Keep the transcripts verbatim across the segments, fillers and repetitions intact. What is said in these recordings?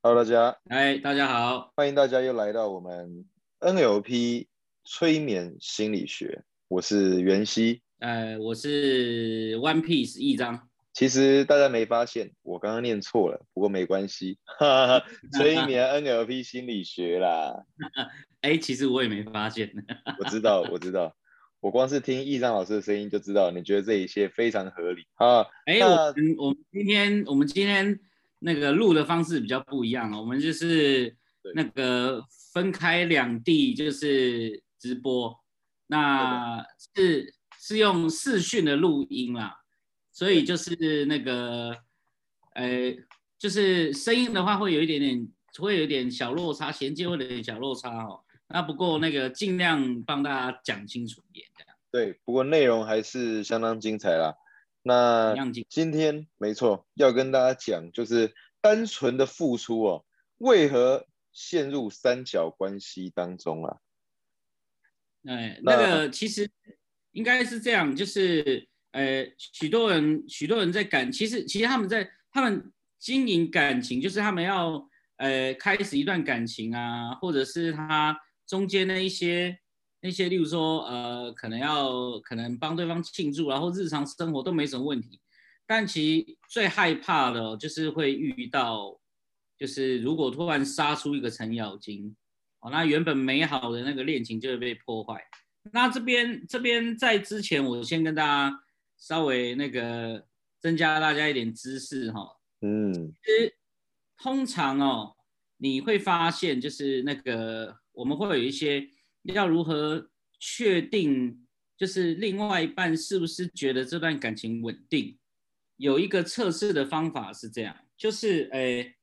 Hello，大家， 哎，大家好。 欢迎大家又来到我们 N L P 催眠心理学，我是袁熙。 呃，我是 One Piece 一章。 其实大家没发现，我刚刚念错了，不过没关系，哈哈，催眠 N L P 心理学啦。 哎，其实我也没发现。 我知道，我知道，我光是听易章老师的声音就知道，你觉得这一切非常合理啊。 哎，我那们我们今天我们今天那个录的方式比较不一样哦，我们就是对， 那个分开两地就是直播， 对的， 那是是用视讯的录音啦，所以对， 就是那个呃，就是声音的话会有一点点会有一点小落差，衔接会有点小落差哦。那不过那个尽量帮大家讲清楚一点，这样对，不过内容还是相当精彩啦。那一样精。 今天没错，要跟大家讲，就是单纯的付出哦，为何陷入三角关系当中啊？ 哎，那那个其实应该是这样，就是呃，许多人许多人在感，其实其实他们在他们经营感情，就是他们要呃开始一段感情啊，或者是他中间的一些那些，例如说呃，可能要可能帮对方庆祝，然后日常生活都没什么问题，但其实最害怕的哦就是会遇到，就是如果突然杀出一个程咬金。哦，那原本美好的那个恋情就会被破坏。那这边这边在之前，我先跟大家稍微那个增加大家一点知识哈。 嗯其实通常哦，你会发现就是那个我们会有一些要如何确定，就是另外一半是不是觉得这段感情稳定，有一个测试的方法是这样，就是诶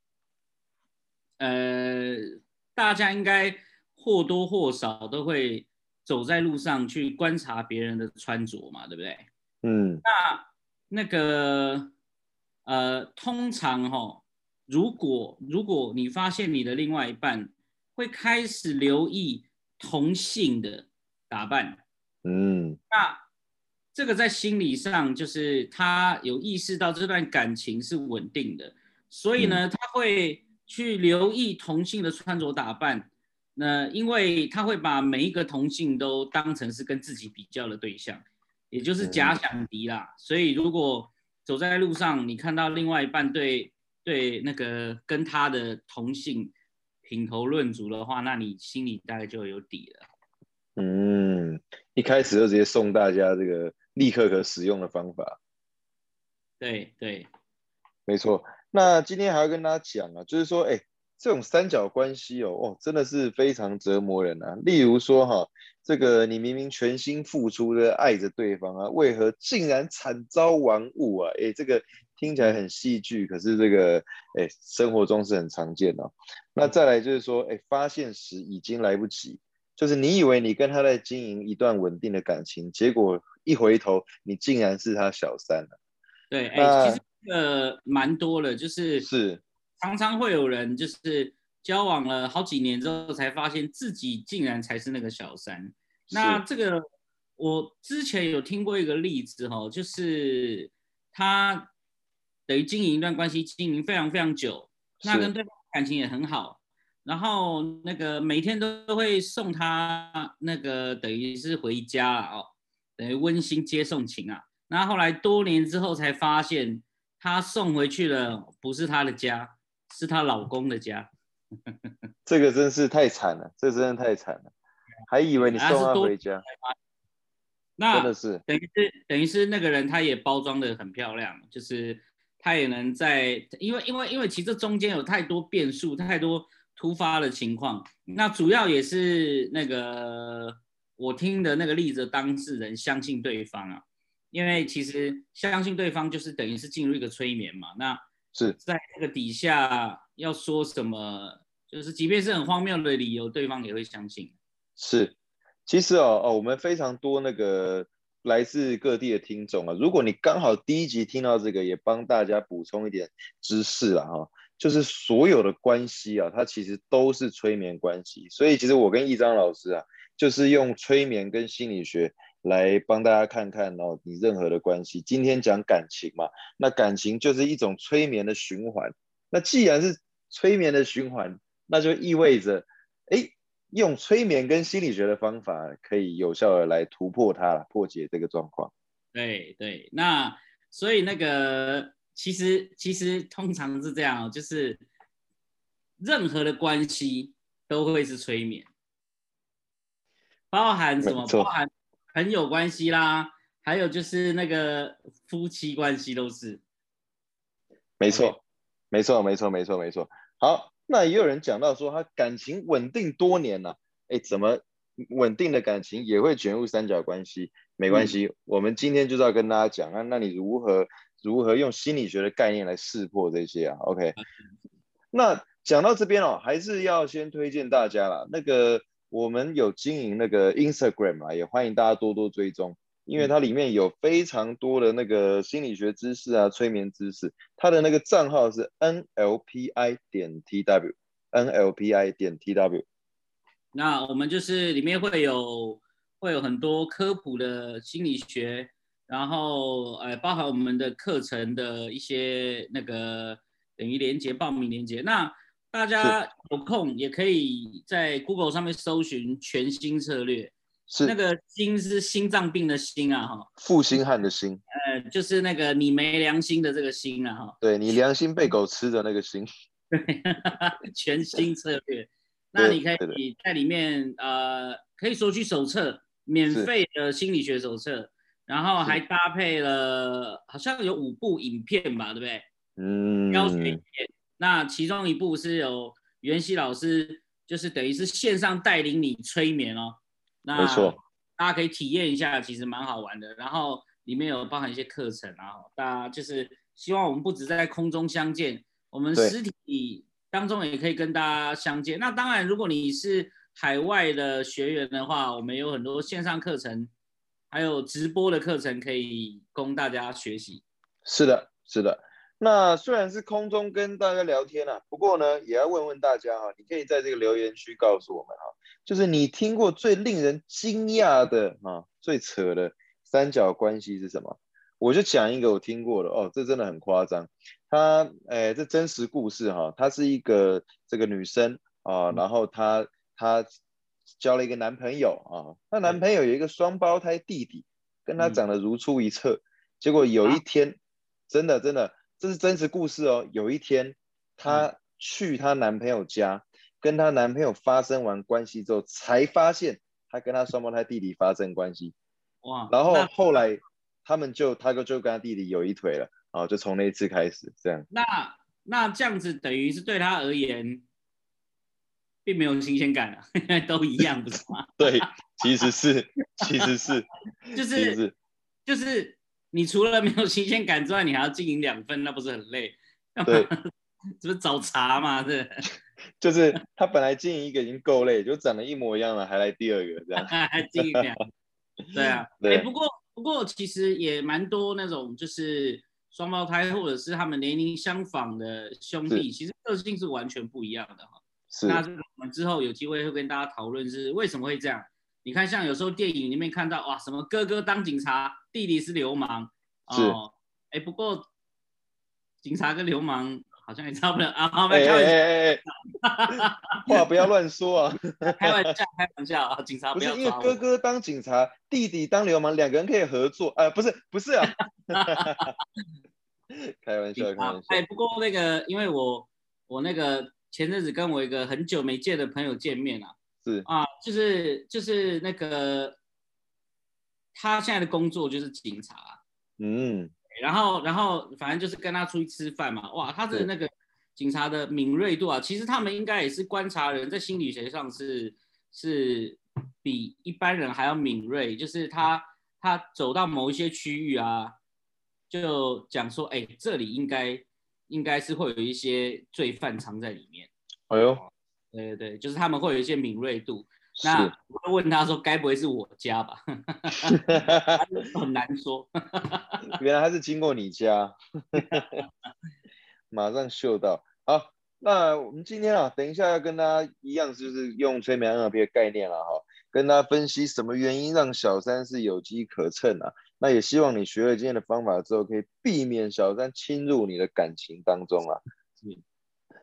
呃，大家应该或多或少都会走在路上去观察别人的穿着嘛，对不对？ 嗯那个呃，通常哈，如果如果你发现你的另外一半会开始留意同性的打扮， 嗯那这个在心理上就是他有意识到这段感情是稳定的，所以嗯呢，他会去留意同性的穿着打扮。那因为他会把每一个同性都当成是跟自己比较的对象，也就是假嗯想敌啦。所以如果走在路上，你看到另外一半对对那个跟他的同性品头论足的话，那你心里大概就有底了。 嗯，一开始就直接送大家这个立刻可使用的方法。 对对。 没错，那今天还要跟大家讲啊，就是说，哎，这种三角关系哦，哦，真的是非常折磨人啊。例如说哈，这个你明明全心付出的爱着对方啊，为何竟然惨遭玩物啊？哎，这个听起来嗯很戏剧，可是这个哎，生活中是很常见的哦。那再来就是说，哎，发现时已经来不及，就是你以为你跟他在经营一段稳定的感情，结果一回头，你竟然是他小三了。 对，哎，其实那呃蛮多的，就是是常常会有人就是交往了好几年之后，才发现自己竟然才是那个小三。那是。 这个我之前有听过一个例子哈，就是他等于经营一段关系，经营非常非常久，那跟是， 对方感情也很好，然后那个每天都会送他那个等于是回家了哦，等于温馨接送情啊。那后来多年之后才发现，她送回去的不是她的家，是她老公的家。 这个真是太惨了，这真的太惨了，还以为对， 你送啊是多他回家，真的那是， 等于是等于是那个人他也包装的很漂亮，就是他也能在，因为因为因为其实这中间有太多变数，太多突发的情况。那主要也是那个我听的那个例子，当事人相信对方啊，因为其实相信对方就是等于是进入一个催眠嘛。那是在这个底下要说什么，就是即便是很荒谬的理由，对方也会相信。 是，其实哦哦，我们非常多那个来自各地的听众啊，如果你刚好第一集听到这个，也帮大家补充一点知识啊哈，就是所有的关系啊，它其实都是催眠关系，所以其实我跟易章老师啊，就是用催眠跟心理学来帮大家看看哦，你任何的关系。今天讲感情嘛，那感情就是一种催眠的循环。那既然是催眠的循环，那就意味着，哎，用催眠跟心理学的方法可以有效的来突破它，破解这个状况。 对对，那所以那个其实其实通常是这样，就是任何的关系都会是催眠，包含什么？包没错， 含朋友关系啦，还有就是那个夫妻关系都是。 没 OK， 错，没错，没错，没错，没错。好，那也有人讲到说他感情稳定多年了、啊，哎，怎么稳定的感情也会卷入三角关系？没关嗯， 系，我们今天就是要跟大家讲啊，那你如何如何用心理学的概念来识破这些啊？OK，那讲到这边哦，还是要先推荐大家啦。那个我们有经营那个 Instagram 啊，也欢迎大家多多追踪，因为嗯， 它里面有非常多的那个心理学知识啊、催眠知识。它的那个账号是 N L P I 点 T W，N L P I 点 T W。 那我们就是里面会有会有很多科普的心理学，然后呃，包含我们的课程的一些那个等于连接报名连接。那大是家有空也可以在 Google 上面搜寻全心策略，那是个心是心脏病的心啊，哈， 负心汉的心， 呃，就是那个你没良心的这个心啊，哈， 对你良心被狗吃的那个心。 全新策略。那你可对对对， 以在里面呃，可以索取手册，免是费的心理学手册，然后还是， 搭配了好像有五部影片吧，对不对？教学影嗯， 片。那其中一部是有袁熙老师，就是等于是线上带领你催眠哦。那没错， 大家可以体验一下，其实蛮好玩的。然后里面有包含一些课程啊，大家就是希望我们不止在空中相见，我们对。 实体当中也可以跟大家相见。那当然，如果你是海外的学员的话，我们有很多线上课程，还有直播的课程可以供大家学习。 是的，是的。那虽然是空中跟大家聊天啊，不过呢，也要问问大家哈、啊，你可以在这个留言区告诉我们哈、啊，就是你听过最令人惊讶的啊，最扯的三角关系是什么？我就讲一个我听过的哦，这真的很夸张。她，哎，这真实故事哈、啊，她是一个这个女生啊，然后她她交了一个男朋友啊，那男对， 朋友有一个双胞胎弟弟，跟她嗯， 长得如出一辙。结果有啊， 一天，真的真的，这是真实故事哦。有一天， 嗯， 她去她男朋友家，跟她男朋友发生完关系之后，才发现她跟她双胞胎弟弟发生关系。 哇， 然后那后来他们就，她就跟她弟弟有一腿了，啊，就从那一次开始这样。 那那这样子等于是对他而言并没有新鲜感了，因为都一样，不是吗？ 对，其实是，其实是， 就是其实是， 就是你除了没有新鲜感之外，你还要经营两份，那不是很累？干嘛？ 对， 这不是找茬吗？这就是他本来经营一个已经够累，就长得一模一样了，还来第二个这样。 还经营两，对啊，哎， 对， 不过不过其实也蛮多那种就是双胞胎或者是他们年龄相仿的兄是弟，其实个性是完全不一样的哈。那是这个我们之后有机会会跟大家讨论是为什么会这样。你看，像有时候电影里面看到哇，什么哥哥当警察，弟弟是流氓是， 哦，哎，不过警察跟流氓好像也差不多啊，好， 哎开玩笑， 哎哎哎，话不要乱说啊！ 开玩笑，开玩笑啊，警察不不是因为要抓我。 哥哥当警察，弟弟当流氓，两个人可以合作。呃，不是不是啊，开玩笑开啊，哎， 玩笑。 不过那个，因为我我那个前阵子跟我一个很久没见的朋友见面啊， 是， 啊，就是就是那个他现在的工作就是警察， 嗯， 然后然后反正就是跟他出去吃饭嘛，哇，他的是那个警察的敏锐度啊，其实他们应该也是观察人，在心理学上是是比一般人还要敏锐，就是他他走到某一些区域啊，就讲说，哎，这里应该应该是会有一些罪犯藏在里面。 哎呦， 对对对，就是他们会有一些敏锐度。那是， 我会问他说，该不会是我家吧？很难说。 原来他是经过你家，马上嗅到。好，那我们今天啊，等一下要跟大家一样，就是用催眠 N L P 的概念了哈，跟大家分析什么原因让小三是有机可乘啊。那也希望你学了今天的方法之后，可以避免小三侵入你的感情当中啊。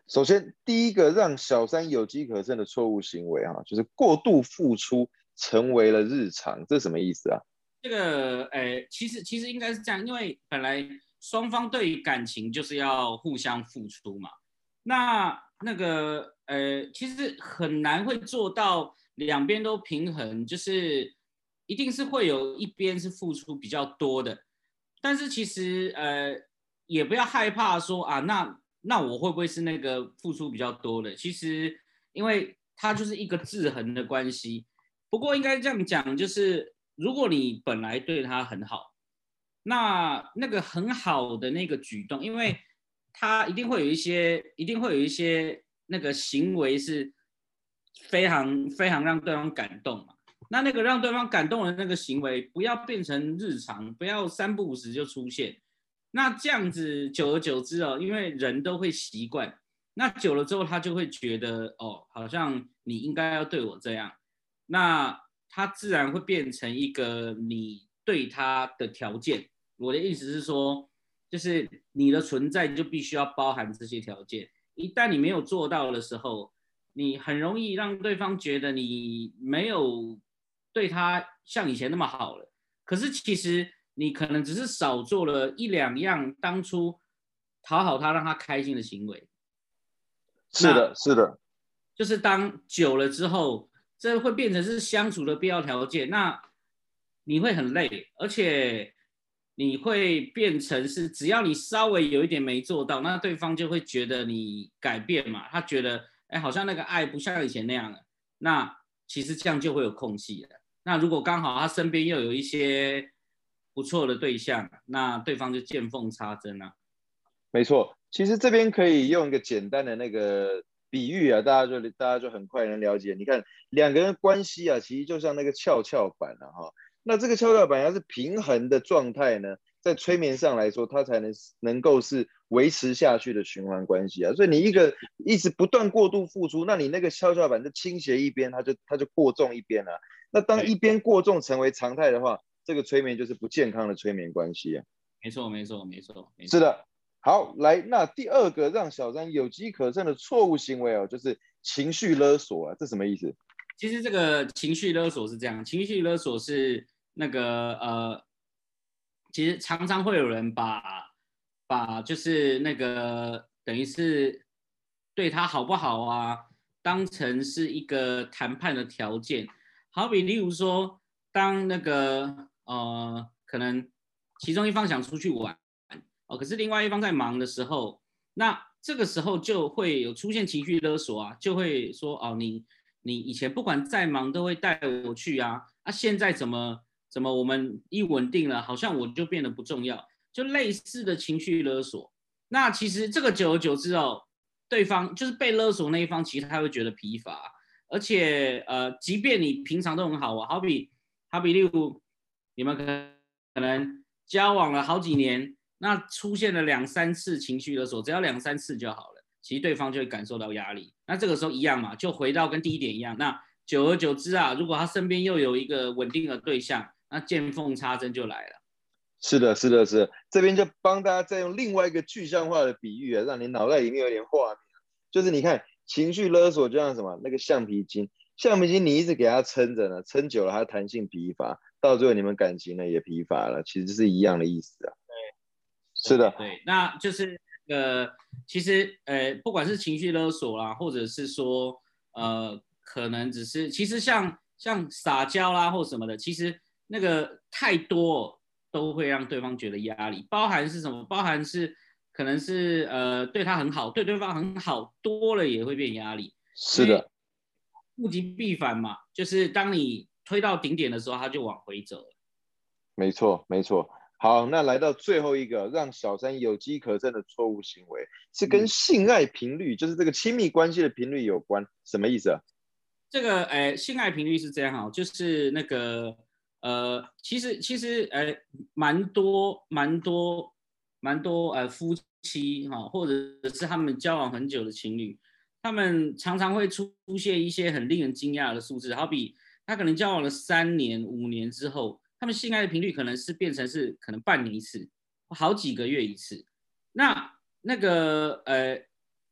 首先，第一个让小三有机可乘的错误行为哈，就是过度付出成为了日常，这什么意思啊？ 这个，呃，其实其实应该是这样，因为本来双方对于感情就是要互相付出嘛。那那个，呃，其实很难会做到两边都平衡，就是一定是会有一边是付出比较多的。但是其实，呃，也不要害怕说啊，那那我会不会是那个付出比较多的？其实，因为它就是一个制衡的关系。不过应该这样讲，就是如果你本来对他很好，那那个很好的那个举动，因为他一定会有一些，一定会有一些那个行为是非常非常让对方感动嘛。那那个让对方感动的那个行为，不要变成日常，不要三不五时就出现。那这样子久而久之哦，因为人都会习惯，那久了之后他就会觉得哦，好像你应该要对我这样。那它自然会变成一个你对它的条件。我的意思是说，就是你的存在就必须要包含这些条件。一旦你没有做到的时候，你很容易让对方觉得你没有对他像以前那么好了。可是其实你可能只是少做了一两样当初讨好他、让他开心的行为。 是的，是的， 就是当久了之后，这会变成是相处的必要条件。那你会很累，而且你会变成是，只要你稍微有一点没做到，那对方就会觉得你改变嘛，他觉得哎，好像那个爱不像以前那样了。那其实这样就会有空隙了。那如果刚好他身边又有一些不错的对象，那对方就见缝插针了。 没错。其实这边可以用一个简单的那个比喻啊，大家就大家就很快能了解。你看两个人关系啊，其实就像那个跷跷板啊，哈。那这个跷跷板要是平衡的状态呢，在催眠上来说，它才能能够是维持下去的循环关系啊。所以你一个一直不断过度付出，那你那个跷跷板就倾斜一边，它就它就过重一边了、啊。那当一边过重成为常态的话，这个催眠就是不健康的催眠关系啊。 没错，没错，没错，没错。 是的。好，来，那第二个让小三有机可乘的错误行为哦，就是情绪勒索啊，这什么意思？ 其实这个情绪勒索是这样，情绪勒索是那个呃，其实常常会有人把把就是那个等于是对他好不好啊，当成是一个谈判的条件。好比例如说，当那个呃可能其中一方想出去玩哦，可是另外一方在忙的时候，那这个时候就会有出现情绪勒索啊，就会说哦你。你以前不管再忙都会带我去啊，啊现在怎么怎么我们一稳定了，好像我就变得不重要，就类似的情绪勒索。那其实这个久而久之哦，对方就是被勒索那一方，其实他会觉得疲乏，而且呃，即便你平常都很好啊，好比好比例如你们可能可能交往了好几年，那出现了两三次情绪勒索，只要两三次就好了。其实对方就会感受到压力。那这个时候一样嘛，就回到跟第一点一样。那久而久之啊，如果他身边又有一个稳定的对象，那见缝插针就来了。 是的，是的，是的。这边就帮大家再用另外一个具象化的比喻啊，让你脑袋里面有点画面。就是你看情绪勒索就像什么那个橡皮筋，橡皮筋你一直给它撑着呢，撑久了它弹性疲乏，到最后你们感情呢也疲乏了，其实是一样的意思啊。是的， 对，那就是呃，其实呃，不管是情绪勒索啦，或者是说呃，可能只是其实像像撒娇啦或什么的，其实那个太多都会让对方觉得压力。包含是什么？包含是可能是呃对他很好，对对方很好多了也会变压力，因为是的， 物极必反嘛，就是当你推到顶点的时候，他就往回走了。 没错，没错。好，那来到最后一个让小三有机可乘的错误行为，是跟嗯。 性爱频率，就是这个亲密关系的频率有关。什么意思啊？ 这个诶，性爱频率是这样哈，就是那个呃，其实其实呃，蛮多蛮多蛮多呃夫妻哈，或者是他们交往很久的情侣，他们常常会出现一些很令人惊讶的数字，好比他可能交往了三年五年之后，他们性爱的频率可能是变成是可能半年一次，好几个月一次。那那个呃，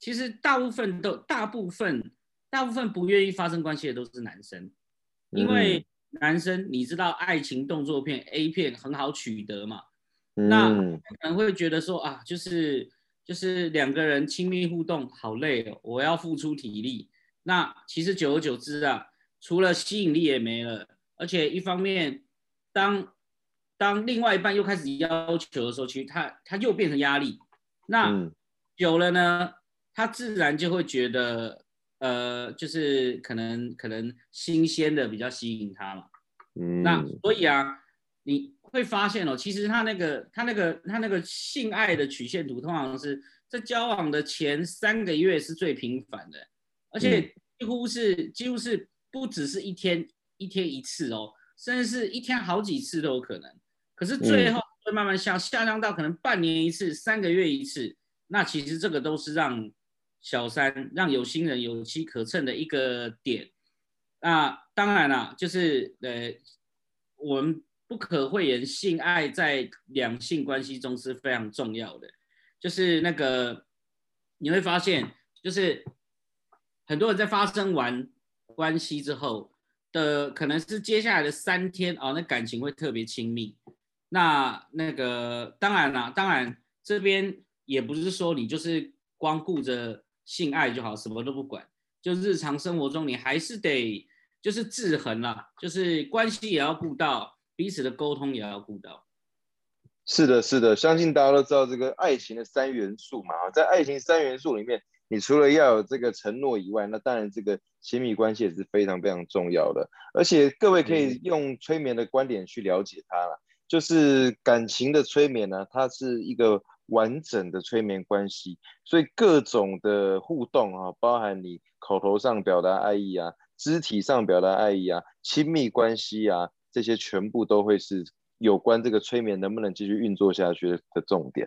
其实大部分都大部分大部分不愿意发生关系的都是男生，因为男生你知道爱情动作片 A 片很好取得嘛， 嗯， 那可能会觉得说啊，就是就是两个人亲密互动好累哦，我要付出体力。那其实久而久之啊，除了吸引力也没了，而且一方面当当另外一半又开始要求的时候，其实他他又变成压力。那久了呢，他自然就会觉得，呃，就是可能可能新鲜的比较吸引他嘛。嗯，那所以啊，你会发现哦，其实他那个他那个他那个性爱的曲线图，通常是在交往的前三个月是最频繁的，而且几乎是几乎是不只是一天一天一次哦，甚至是一天好几次都有可能。可是最后会慢慢下下降到可能半年一次、三个月一次。那其实这个都是让小三、让有心人有机可乘的一个点。那当然啦，就是呃，我们不可讳言，性爱在两性关系中是非常重要的。就是那个你会发现，就是很多人在发生完关系之后的，可能是接下来的三天啊，那感情会特别亲密。那那个当然啦，当然这边也不是说你就是光顾着性爱就好，什么都不管。就日常生活中，你还是得就是制衡啦，就是关系也要顾到，彼此的沟通也要顾到。 是的，是的，相信大家都知道这个爱情的三元素嘛。在爱情三元素里面，你除了要有这个承诺以外，那当然这个亲密关系也是非常非常重要的。而且各位可以用催眠的观点去了解它啦，就是感情的催眠呢，它是一个完整的催眠关系，所以各种的互动啊，包含你口头上表达爱意啊，肢体上表达爱意啊，亲密关系啊，这些全部都会是有关这个催眠能不能继续运作下去的重点。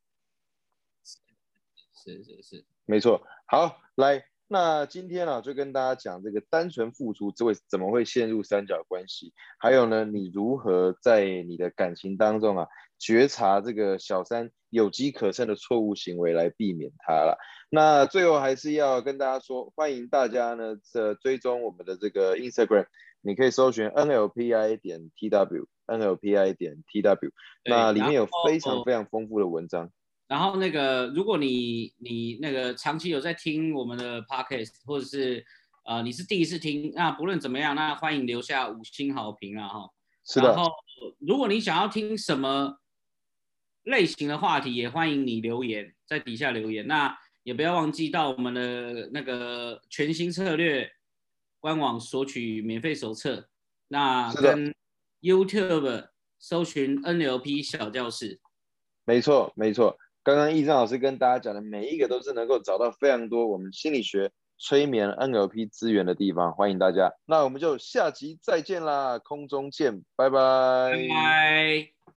是是是， 没错。好，来，那今天啊，就跟大家讲这个单纯付出会怎么会陷入三角关系，还有呢，你如何在你的感情当中啊，觉察这个小三有机可乘的错误行为来避免它了。那最后还是要跟大家说，欢迎大家呢，这追踪我们的这个 Instagram， 你可以搜寻 N L P I 点 T W，N L P I 点 T W， 那里面有非常非常丰富的文章。 然后那个，如果你你那个长期有在听我们的 podcast， 或者是呃你是第一次听，那不论怎么样，那欢迎留下五星好评啊哈。 是的。 然后如果你想要听什么类型的话题，也欢迎你留言在底下留言。那也不要忘记到我们的那个全新策略官网索取免费手册。那跟 YouTube 搜寻 N L P 小教室。 没错没错。刚刚易正老师跟大家讲的每一个都是能够找到非常多我们心理学、催眠、N L P 资源的地方，欢迎大家。那我们就下集再见啦，空中见，拜拜。 拜拜。